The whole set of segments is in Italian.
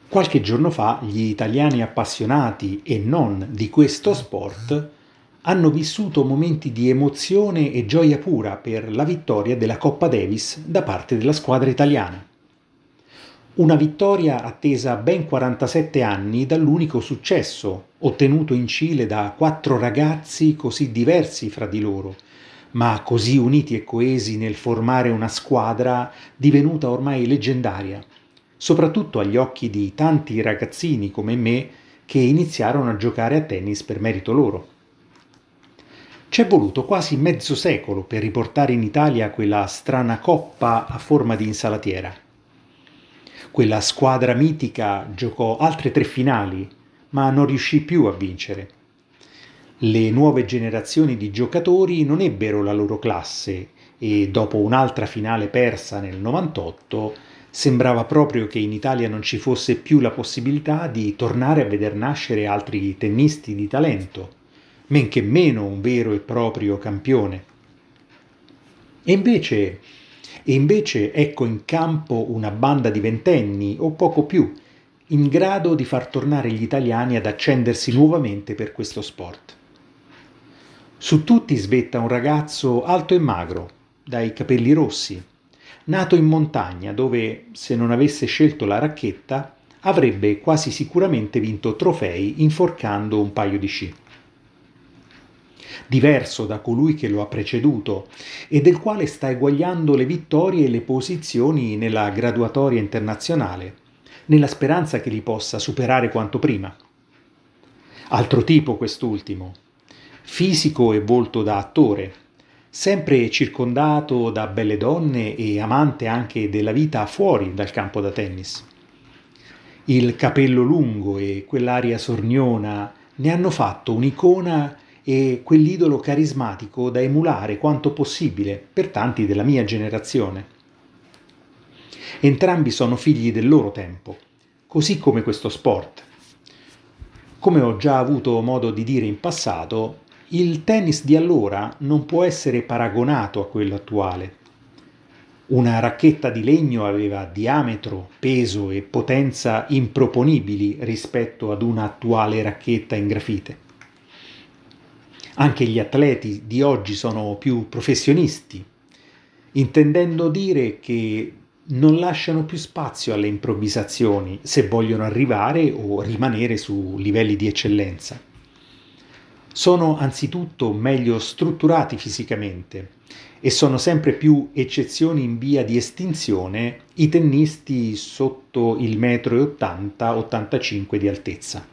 Qualche giorno fa gli italiani appassionati e non di questo sport hanno vissuto momenti di emozione e gioia pura per la vittoria della Coppa Davis da parte della squadra italiana. Una vittoria attesa a ben 47 anni dall'unico successo ottenuto in Cile da 4 ragazzi così diversi fra di loro, ma così uniti e coesi nel formare una squadra divenuta ormai leggendaria, soprattutto agli occhi di tanti ragazzini come me che iniziarono a giocare a tennis per merito loro. C'è voluto quasi mezzo secolo per riportare in Italia quella strana coppa a forma di insalatiera. Quella squadra mitica giocò altre 3 finali, ma non riuscì più a vincere. Le nuove generazioni di giocatori non ebbero la loro classe e dopo un'altra finale persa nel 98 sembrava proprio che in Italia non ci fosse più la possibilità di tornare a veder nascere altri tennisti di talento, men che meno un vero e proprio campione. E invece ecco in campo una banda di ventenni o poco più, in grado di far tornare gli italiani ad accendersi nuovamente per questo sport. Su tutti svetta un ragazzo alto e magro, dai capelli rossi, nato in montagna dove, se non avesse scelto la racchetta, avrebbe quasi sicuramente vinto trofei inforcando un paio di sci. Diverso da colui che lo ha preceduto e del quale sta eguagliando le vittorie e le posizioni nella graduatoria internazionale, nella speranza che li possa superare quanto prima. Altro tipo quest'ultimo, fisico e volto da attore, sempre circondato da belle donne e amante anche della vita fuori dal campo da tennis. Il capello lungo e quell'aria sorniona ne hanno fatto un'icona e quell'idolo carismatico da emulare quanto possibile per tanti della mia generazione. Entrambi sono figli del loro tempo, così come questo sport. Come ho già avuto modo di dire in passato, il tennis di allora non può essere paragonato a quello attuale. Una racchetta di legno aveva diametro, peso e potenza improponibili rispetto ad una attuale racchetta in grafite. Anche gli atleti di oggi sono più professionisti, intendendo dire che non lasciano più spazio alle improvvisazioni se vogliono arrivare o rimanere su livelli di eccellenza. Sono anzitutto meglio strutturati fisicamente e sono sempre più eccezioni in via di estinzione i tennisti sotto il 1,80 m-85 di altezza.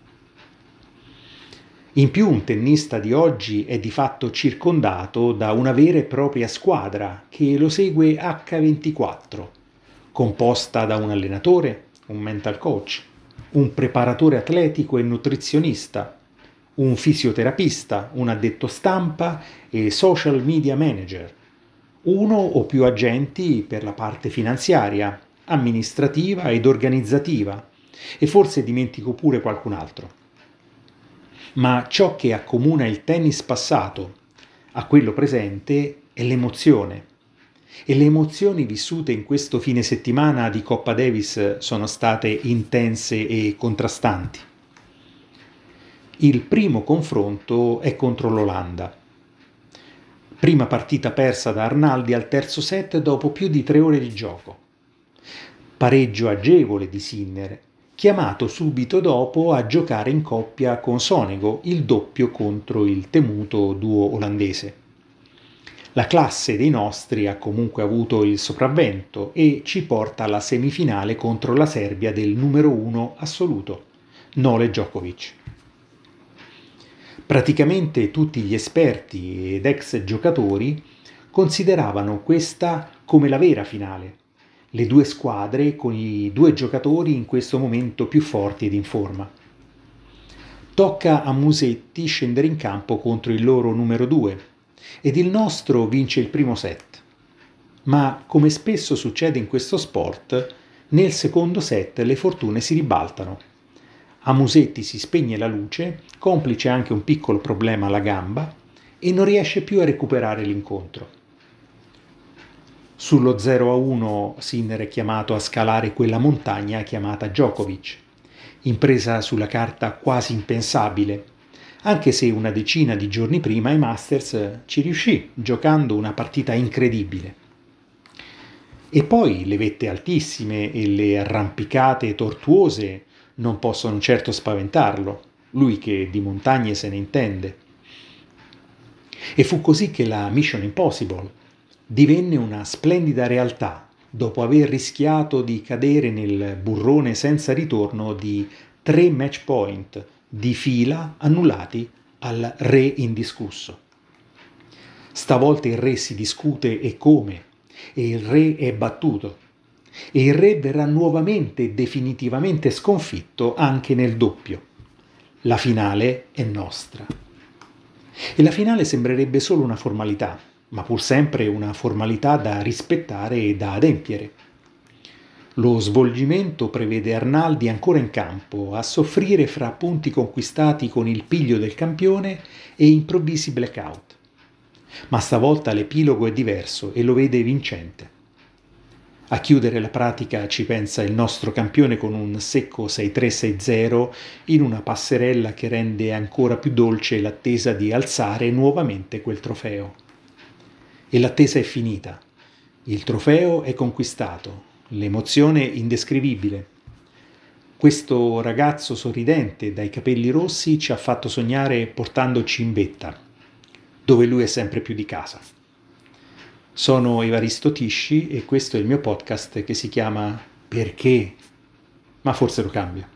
In più un tennista di oggi è di fatto circondato da una vera e propria squadra che lo segue H24, composta da un allenatore, un mental coach, un preparatore atletico e nutrizionista, un fisioterapista, un addetto stampa e social media manager, uno o più agenti per la parte finanziaria, amministrativa ed organizzativa, e forse dimentico pure qualcun altro. Ma ciò che accomuna il tennis passato a quello presente è l'emozione. E le emozioni vissute in questo fine settimana di Coppa Davis sono state intense e contrastanti. Il primo confronto è contro l'Olanda. Prima partita persa da Arnaldi al terzo set dopo più di 3 ore di gioco. Pareggio agevole di Sinner, chiamato subito dopo a giocare in coppia con Sonego, il doppio contro il temuto duo olandese. La classe dei nostri ha comunque avuto il sopravvento e ci porta alla semifinale contro la Serbia del numero 1 assoluto, Nole Djokovic. Praticamente tutti gli esperti ed ex giocatori consideravano questa come la vera finale. Le 2 squadre con i 2 giocatori in questo momento più forti ed in forma. Tocca a Musetti scendere in campo contro il loro numero 2 ed il nostro vince il primo set. Ma come spesso succede in questo sport, nel secondo set le fortune si ribaltano. A Musetti si spegne la luce, complice anche un piccolo problema alla gamba, e non riesce più a recuperare l'incontro. Sullo 0-1 Sinner è chiamato a scalare quella montagna chiamata Djokovic Impresa sulla carta quasi impensabile, anche se una decina di giorni prima ai Masters ci riuscì, giocando una partita incredibile. E poi le vette altissime e le arrampicate tortuose non possono certo spaventarlo, lui che di montagne se ne intende. E fu così che la Mission Impossible divenne una splendida realtà, dopo aver rischiato di cadere nel burrone senza ritorno di 3 match point di fila annullati al re indiscusso. Stavolta il re si discute e come, e il re è battuto, e il re verrà nuovamente e definitivamente sconfitto anche nel doppio. La finale è nostra. E la finale sembrerebbe solo una formalità, ma pur sempre una formalità da rispettare e da adempiere. Lo svolgimento prevede Arnaldi ancora in campo, a soffrire fra punti conquistati con il piglio del campione e improvvisi blackout. Ma stavolta l'epilogo è diverso e lo vede vincente. A chiudere la pratica ci pensa il nostro campione con un secco 6-3-6-0 in una passerella che rende ancora più dolce l'attesa di alzare nuovamente quel trofeo. E l'attesa è finita. Il trofeo è conquistato. L'emozione indescrivibile. Questo ragazzo sorridente dai capelli rossi ci ha fatto sognare portandoci in vetta, dove lui è sempre più di casa. Sono Evaristo Tisci e questo è il mio podcast che si chiama Perché? Ma forse lo cambio.